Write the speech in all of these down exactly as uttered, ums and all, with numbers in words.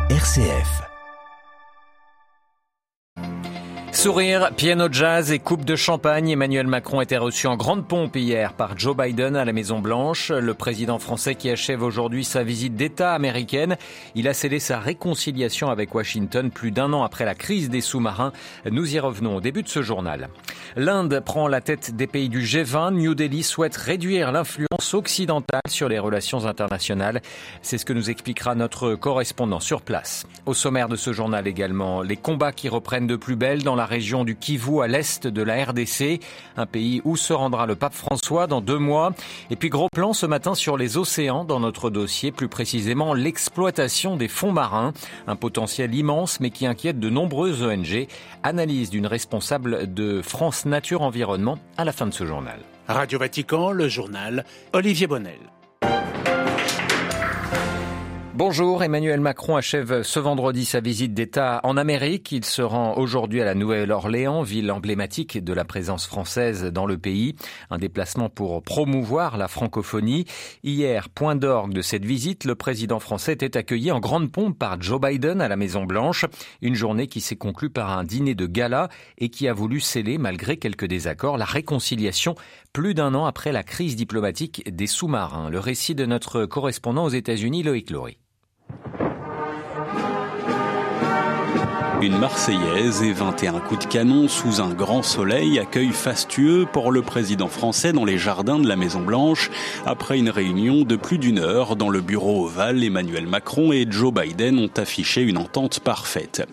R C F. Sourire, piano jazz et coupe de champagne, Emmanuel Macron était reçu en grande pompe hier par Joe Biden à la Maison-Blanche. Le président français qui achève aujourd'hui sa visite d'État américaine. Il a scellé sa réconciliation avec Washington plus d'un an après la crise des sous-marins. Nous y revenons au début de ce journal. L'Inde prend la tête des pays du G vingt. New Delhi souhaite réduire l'influence occidentale sur les relations internationales. C'est ce que nous expliquera notre correspondant sur place. Au sommaire de ce journal également, les combats qui reprennent de plus belle dans la région du Kivu à l'est de la R D C, un pays où se rendra le pape François dans deux mois. Et puis gros plan ce matin sur les océans dans notre dossier, plus précisément l'exploitation des fonds marins, un potentiel immense mais qui inquiète de nombreuses O N G. Analyse d'une responsable de France Nature Environnement à la fin de ce journal. Radio Vatican, le journal, Olivier Bonnel. Bonjour, Emmanuel Macron achève ce vendredi sa visite d'État en Amérique. Il se rend aujourd'hui à la Nouvelle-Orléans, ville emblématique de la présence française dans le pays. Un déplacement pour promouvoir la francophonie. Hier, point d'orgue de cette visite, le président français était accueilli en grande pompe par Joe Biden à la Maison-Blanche. Une journée qui s'est conclue par un dîner de gala et qui a voulu sceller, malgré quelques désaccords, la réconciliation plus d'un an après la crise diplomatique des sous-marins. Le récit de notre correspondant aux États-Unis, Loïc Laurie. Une Marseillaise et vingt et un coups de canon sous un grand soleil, accueil fastueux pour le président français dans les jardins de la Maison-Blanche. Après une réunion de plus d'une heure dans le bureau ovale, Emmanuel Macron et Joe Biden ont affiché une entente parfaite.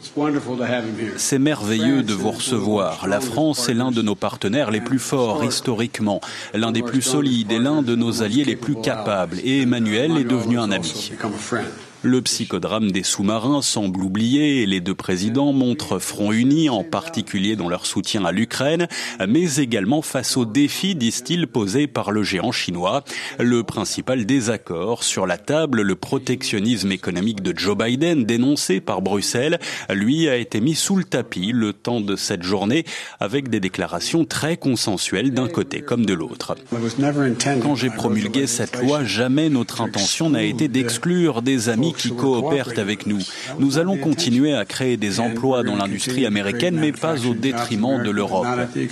C'est merveilleux de vous recevoir. La France est l'un de nos partenaires les plus forts historiquement, l'un des plus solides et l'un de nos alliés les plus capables. Et Emmanuel est devenu un ami. Le psychodrame des sous-marins semble oublié et les deux présidents montrent front uni, en particulier dans leur soutien à l'Ukraine, mais également face aux défis, disent-ils, posés par le géant chinois. Le principal désaccord sur la table, le protectionnisme économique de Joe Biden, dénoncé par Bruxelles, lui a été mis sous le tapis le temps de cette journée, avec des déclarations très consensuelles d'un côté comme de l'autre. Quand j'ai promulgué cette loi, jamais notre intention n'a été d'exclure des amis qui coopèrent avec nous. Nous allons continuer à créer des emplois dans l'industrie américaine, mais pas au détriment de l'Europe.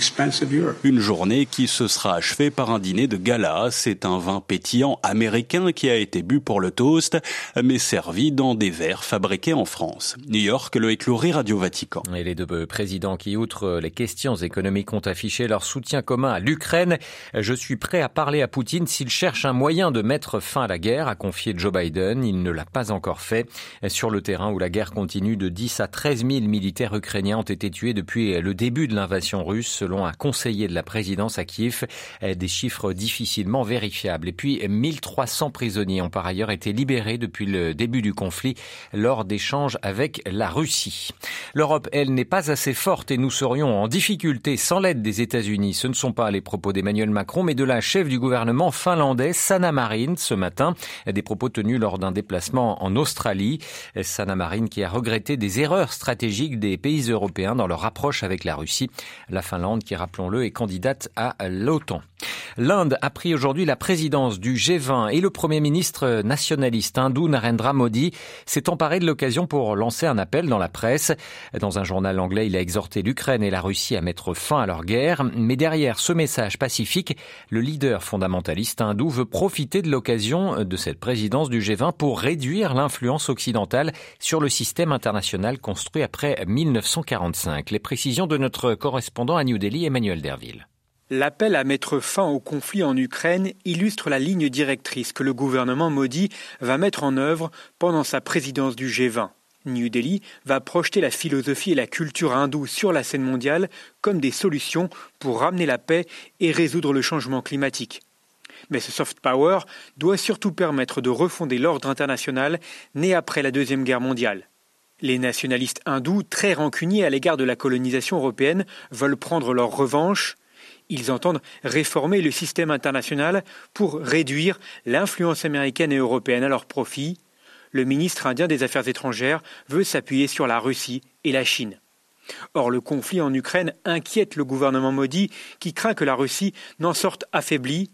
Une journée qui se sera achevée par un dîner de gala. C'est un vin pétillant américain qui a été bu pour le toast, mais servi dans des verres fabriqués en France. New York, Loïc Laurie, Radio Vatican. Et les deux présidents qui, outre les questions économiques, ont affiché leur soutien commun à l'Ukraine. Je suis prêt à parler à Poutine s'il cherche un moyen de mettre fin à la guerre, a confié Joe Biden. Il ne l'a pas encore fait. Sur le terrain où la guerre continue, de dix à treize mille militaires ukrainiens ont été tués depuis le début de l'invasion russe, selon un conseiller de la présidence à Kiev. Des chiffres difficilement vérifiables. Et puis, mille trois cents prisonniers ont par ailleurs été libérés depuis le début du conflit lors d'échanges avec la Russie. L'Europe, elle, n'est pas assez forte et nous serions en difficulté sans l'aide des États-Unis. Ce ne sont pas les propos d'Emmanuel Macron, mais de la chef du gouvernement finlandais, Sanna Marin, ce matin. Des propos tenus lors d'un déplacement en Australie. Sanna Marin qui a regretté des erreurs stratégiques des pays européens dans leur approche avec la Russie. La Finlande qui, rappelons-le, est candidate à l'OTAN. L'Inde a pris aujourd'hui la présidence du G vingt et le Premier ministre nationaliste hindou Narendra Modi s'est emparé de l'occasion pour lancer un appel dans la presse. Dans un journal anglais, il a exhorté l'Ukraine et la Russie à mettre fin à leur guerre. Mais derrière ce message pacifique, le leader fondamentaliste hindou veut profiter de l'occasion de cette présidence du G vingt pour réduire l'influence occidentale sur le système international construit après mille neuf cent quarante-cinq. Les précisions de notre correspondant à New Delhi, Emmanuel Derville. L'appel à mettre fin au conflit en Ukraine illustre la ligne directrice que le gouvernement Modi va mettre en œuvre pendant sa présidence du G vingt. New Delhi va projeter la philosophie et la culture hindoue sur la scène mondiale comme des solutions pour ramener la paix et résoudre le changement climatique. Mais ce soft power doit surtout permettre de refonder l'ordre international né après la Deuxième Guerre mondiale. Les nationalistes hindous, très rancuniers à l'égard de la colonisation européenne, veulent prendre leur revanche. Ils entendent réformer le système international pour réduire l'influence américaine et européenne à leur profit. Le ministre indien des Affaires étrangères veut s'appuyer sur la Russie et la Chine. Or, le conflit en Ukraine inquiète le gouvernement Modi qui craint que la Russie n'en sorte affaiblie.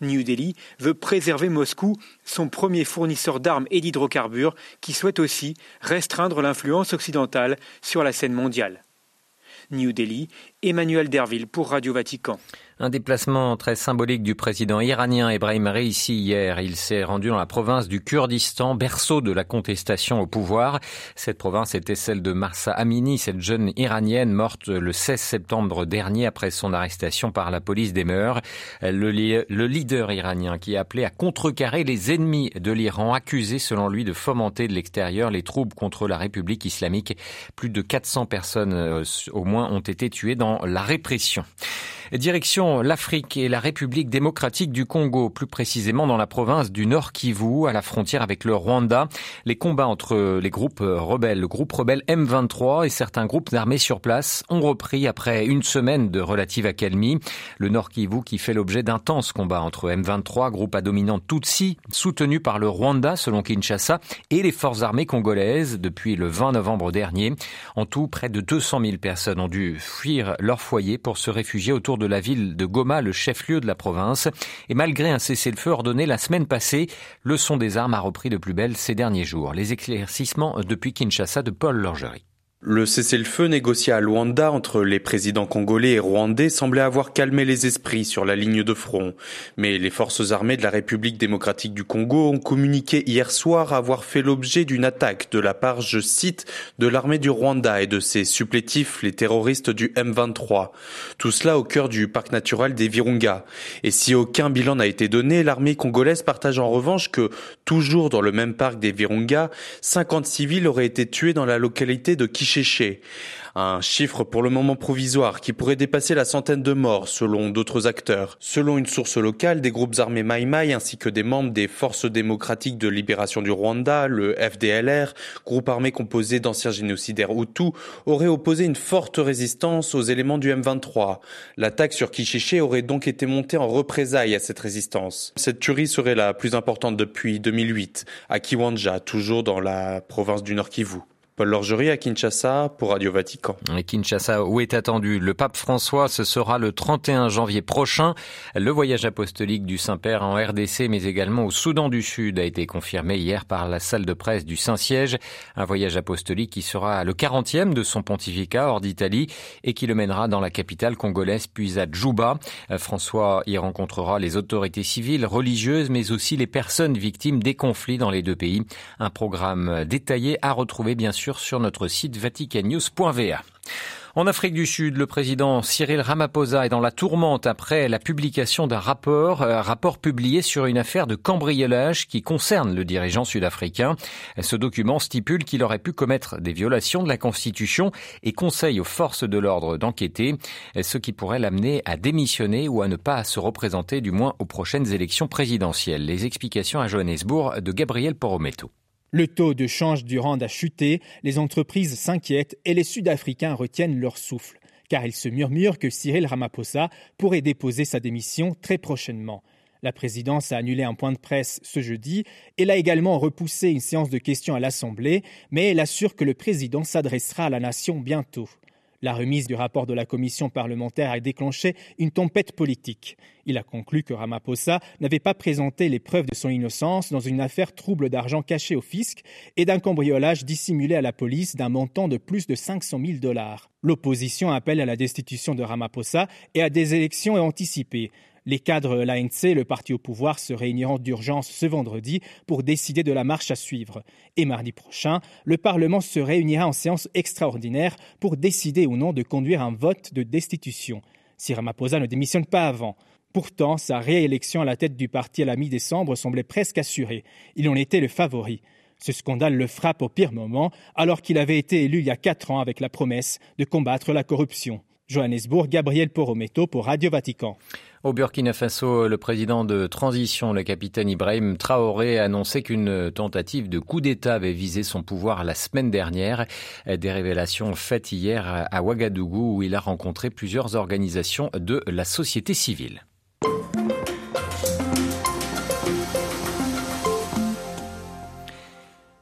New Delhi veut préserver Moscou, son premier fournisseur d'armes et d'hydrocarbures, qui souhaite aussi restreindre l'influence occidentale sur la scène mondiale. New Delhi, Emmanuel Derville pour Radio Vatican. Un déplacement très symbolique du président iranien Ebrahim Raïssi hier. Il s'est rendu dans la province du Kurdistan, berceau de la contestation au pouvoir. Cette province était celle de Mahsa Amini, cette jeune iranienne morte le seize septembre dernier après son arrestation par la police des mœurs. Le, li- le leader iranien qui a appelé à contrecarrer les ennemis de l'Iran, accusé selon lui de fomenter de l'extérieur les troubles contre la République islamique. Plus de quatre cents personnes euh, au moins ont été tuées dans la répression. Direction l'Afrique et la République démocratique du Congo, plus précisément dans la province du Nord Kivu, à la frontière avec le Rwanda. Les combats entre les groupes rebelles, le groupe rebelle M vingt-trois et certains groupes armés sur place ont repris après une semaine de relative accalmie. Le Nord Kivu qui fait l'objet d'intenses combats entre M vingt-trois, groupe à dominante Tutsi, soutenu par le Rwanda selon Kinshasa, et les forces armées congolaises depuis le vingt novembre dernier. En tout, près de deux cent mille personnes ont dû fuir leur foyer pour se réfugier autour de de la ville de Goma, le chef-lieu de la province. Et malgré un cessez-le-feu ordonné la semaine passée, le son des armes a repris de plus belle ces derniers jours. Les éclaircissements depuis Kinshasa de Paul Lorgerie. Le cessez-le-feu négocié à Luanda entre les présidents congolais et rwandais semblait avoir calmé les esprits sur la ligne de front. Mais les forces armées de la République démocratique du Congo ont communiqué hier soir avoir fait l'objet d'une attaque de la part, je cite, de l'armée du Rwanda et de ses supplétifs, les terroristes du M vingt-trois. Tout cela au cœur du parc naturel des Virunga. Et si aucun bilan n'a été donné, l'armée congolaise partage en revanche que, toujours dans le même parc des Virunga, cinquante civils auraient été tués dans la localité de Kishi. Un chiffre pour le moment provisoire qui pourrait dépasser la centaine de morts selon d'autres acteurs. Selon une source locale, des groupes armés Mai Mai ainsi que des membres des Forces démocratiques de libération du Rwanda, le F D L R, groupe armé composé d'anciens génocidaires Hutus, auraient opposé une forte résistance aux éléments du M vingt-trois. L'attaque sur Kichiché aurait donc été montée en représailles à cette résistance. Cette tuerie serait la plus importante depuis deux mille huit, à Kiwanja, toujours dans la province du Nord Kivu. Paul Lorgerie à Kinshasa pour Radio Vatican. Et Kinshasa, où est attendu le pape François, ce sera le trente et un janvier prochain. Le voyage apostolique du Saint-Père en R D C, mais également au Soudan du Sud, a été confirmé hier par la salle de presse du Saint-Siège. Un voyage apostolique qui sera le quarantième de son pontificat hors d'Italie et qui le mènera dans la capitale congolaise, puis à Djouba. François y rencontrera les autorités civiles, religieuses, mais aussi les personnes victimes des conflits dans les deux pays. Un programme détaillé à retrouver bien sûr sur notre site vatican news point v a. En Afrique du Sud, le président Cyril Ramaphosa est dans la tourmente après la publication d'un rapport, un rapport publié sur une affaire de cambriolage qui concerne le dirigeant sud-africain. Ce document stipule qu'il aurait pu commettre des violations de la Constitution et conseille aux forces de l'ordre d'enquêter, ce qui pourrait l'amener à démissionner ou à ne pas se représenter, du moins aux prochaines élections présidentielles. Les explications à Johannesburg de Gabriel Porometo. Le taux de change du rand a chuté, les entreprises s'inquiètent et les Sud-Africains retiennent leur souffle, car il se murmure que Cyril Ramaphosa pourrait déposer sa démission très prochainement. La présidence a annulé un point de presse ce jeudi. Elle a également repoussé une séance de questions à l'Assemblée, mais elle assure que le président s'adressera à la nation bientôt. La remise du rapport de la commission parlementaire a déclenché une tempête politique. Il a conclu que Ramaphosa n'avait pas présenté les preuves de son innocence dans une affaire trouble d'argent caché au fisc et d'un cambriolage dissimulé à la police d'un montant de plus de cinq cent mille dollars. L'opposition appelle à la destitution de Ramaphosa et à des élections anticipées. Les cadres de l'A N C, le parti au pouvoir, se réuniront d'urgence ce vendredi pour décider de la marche à suivre. Et mardi prochain, le Parlement se réunira en séance extraordinaire pour décider ou non de conduire un vote de destitution, si Ramaphosa ne démissionne pas avant. Pourtant, sa réélection à la tête du parti à la mi-décembre semblait presque assurée. Il en était le favori. Ce scandale le frappe au pire moment, alors qu'il avait été élu il y a quatre ans avec la promesse de combattre la corruption. Johannesburg, Gabriel Porometo pour Radio Vatican. Au Burkina Faso, le président de transition, le capitaine Ibrahim Traoré, a annoncé qu'une tentative de coup d'État avait visé son pouvoir la semaine dernière. Des révélations faites hier à Ouagadougou, où il a rencontré plusieurs organisations de la société civile.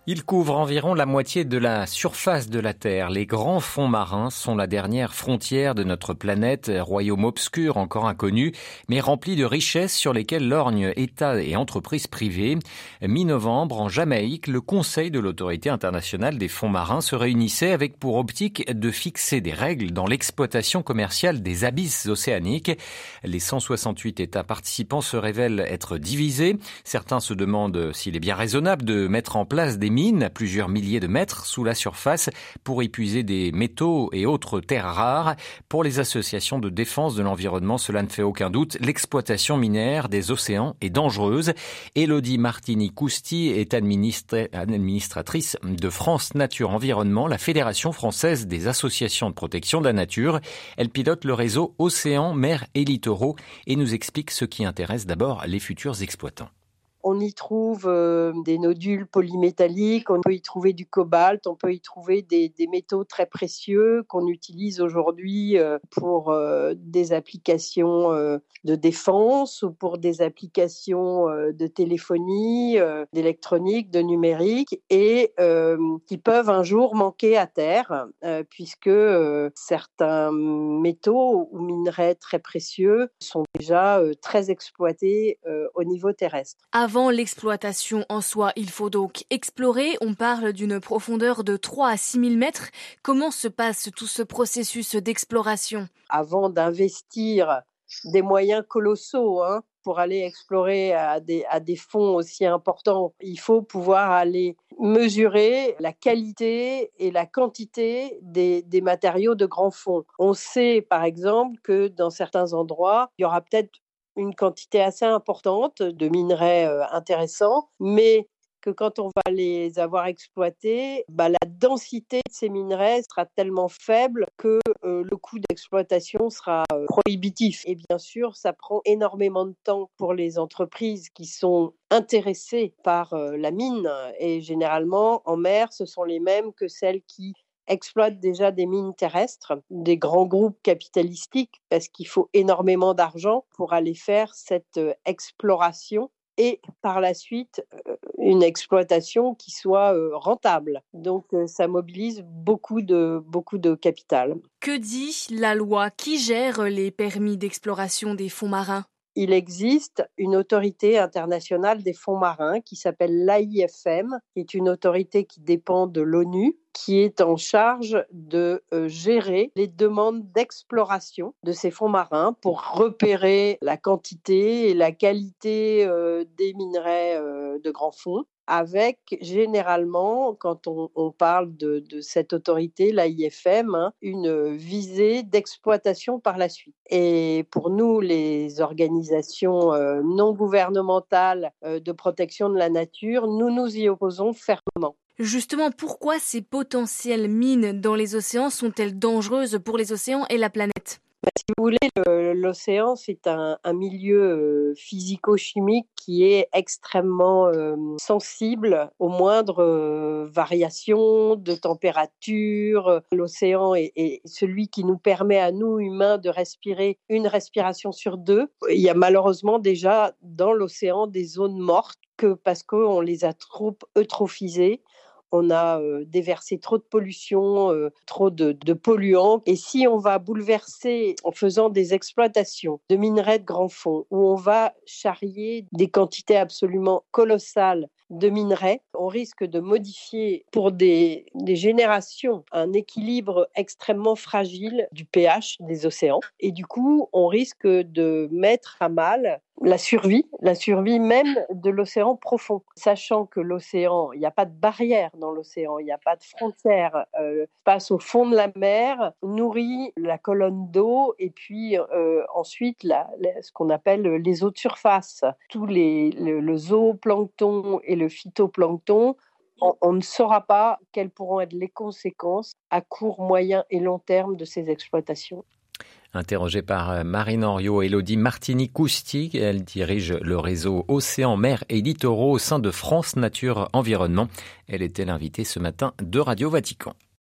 Ils couvrent environ la moitié de la surface de la Terre. Les grands fonds marins sont la dernière frontière de notre planète, royaume obscur encore inconnu, mais rempli de richesses sur lesquelles lorgnent États et entreprises privées. Mi-novembre, en Jamaïque, le Conseil de l'Autorité internationale des fonds marins se réunissait avec pour optique de fixer des règles dans l'exploitation commerciale des abysses océaniques. Les cent soixante-huit États participants se révèlent être divisés. Certains se demandent s'il est bien raisonnable de mettre en place des mines à plusieurs milliers de mètres sous la surface pour y puiser des métaux et autres terres rares. Pour les associations de défense de l'environnement, cela ne fait aucun doute. L'exploitation minière des océans est dangereuse. Élodie Martini-Cousty est administratrice de France Nature Environnement, la Fédération française des associations de protection de la nature. Elle pilote le réseau Océans, Mers et Littoraux et nous explique ce qui intéresse d'abord les futurs exploitants. On y trouve euh, des nodules polymétalliques, on peut y trouver du cobalt, on peut y trouver des, des métaux très précieux qu'on utilise aujourd'hui euh, pour euh, des applications euh, de défense ou pour des applications euh, de téléphonie, euh, d'électronique, de numérique et euh, qui peuvent un jour manquer à terre euh, puisque euh, certains métaux ou minerais très précieux sont déjà euh, très exploités euh, au niveau terrestre. Avant l'exploitation en soi, il faut donc explorer. On parle d'une profondeur de trois à six mille mètres. Comment se passe tout ce processus d'exploration ? Avant d'investir des moyens colossaux hein, pour aller explorer à des, à des fonds aussi importants, il faut pouvoir aller mesurer la qualité et la quantité des, des matériaux de grands fonds. On sait par exemple que dans certains endroits, il y aura peut-être une quantité assez importante de minerais euh, intéressants, mais que quand on va les avoir exploités, bah, la densité de ces minerais sera tellement faible que euh, le coût d'exploitation sera euh, prohibitif. Et bien sûr, ça prend énormément de temps pour les entreprises qui sont intéressées par euh, la mine. Et généralement, en mer, ce sont les mêmes que celles qui exploitent déjà des mines terrestres, des grands groupes capitalistiques, parce qu'il faut énormément d'argent pour aller faire cette euh, exploration et par la suite euh, une exploitation qui soit euh, rentable. Donc euh, ça mobilise beaucoup de, beaucoup de capital. Que dit la loi ? Qui gère les permis d'exploration des fonds marins ? Il existe une autorité internationale des fonds marins qui s'appelle l'A I F M, qui est une autorité qui dépend de l'ONU, qui est en charge de euh, gérer les demandes d'exploration de ces fonds marins pour repérer la quantité et la qualité euh, des minerais euh, de grands fonds, avec généralement, quand on, on parle de, de cette autorité, l'A I F M, hein, une visée d'exploitation par la suite. Et pour nous, les organisations euh, non gouvernementales euh, de protection de la nature, nous nous y opposons fermement. Justement, pourquoi ces potentielles mines dans les océans sont-elles dangereuses pour les océans et la planète ? Bah, si vous voulez, le, l'océan, c'est un, un milieu euh, physico-chimique qui est extrêmement euh, sensible aux moindres euh, variations de température. L'océan est, est celui qui nous permet à nous, humains, de respirer une respiration sur deux. Il y a malheureusement déjà dans l'océan des zones mortes que parce qu'on les a trop eutrophisées. On a euh, déversé trop de pollution, euh, trop de, de polluants. Et si on va bouleverser en faisant des exploitations de minerais de grands fonds, où on va charrier des quantités absolument colossales de minerais, on risque de modifier pour des, des générations un équilibre extrêmement fragile du pH des océans. Et du coup, on risque de mettre à mal la survie, la survie même de l'océan profond. Sachant que l'océan, il n'y a pas de barrière dans l'océan, il n'y a pas de frontière, euh, passe au fond de la mer, nourrit la colonne d'eau et puis euh, ensuite la, la, ce qu'on appelle les eaux de surface. Tous les, le, le zooplancton et le phytoplancton, on, on ne saura pas quelles pourront être les conséquences à court, moyen et long terme de ces exploitations. Interrogée par Marine Henriot, Élodie Martini-Cousty, elle dirige le réseau Océans, Mers et Littoraux au sein de France Nature Environnement. Elle était l'invitée ce matin de Radio Vatican.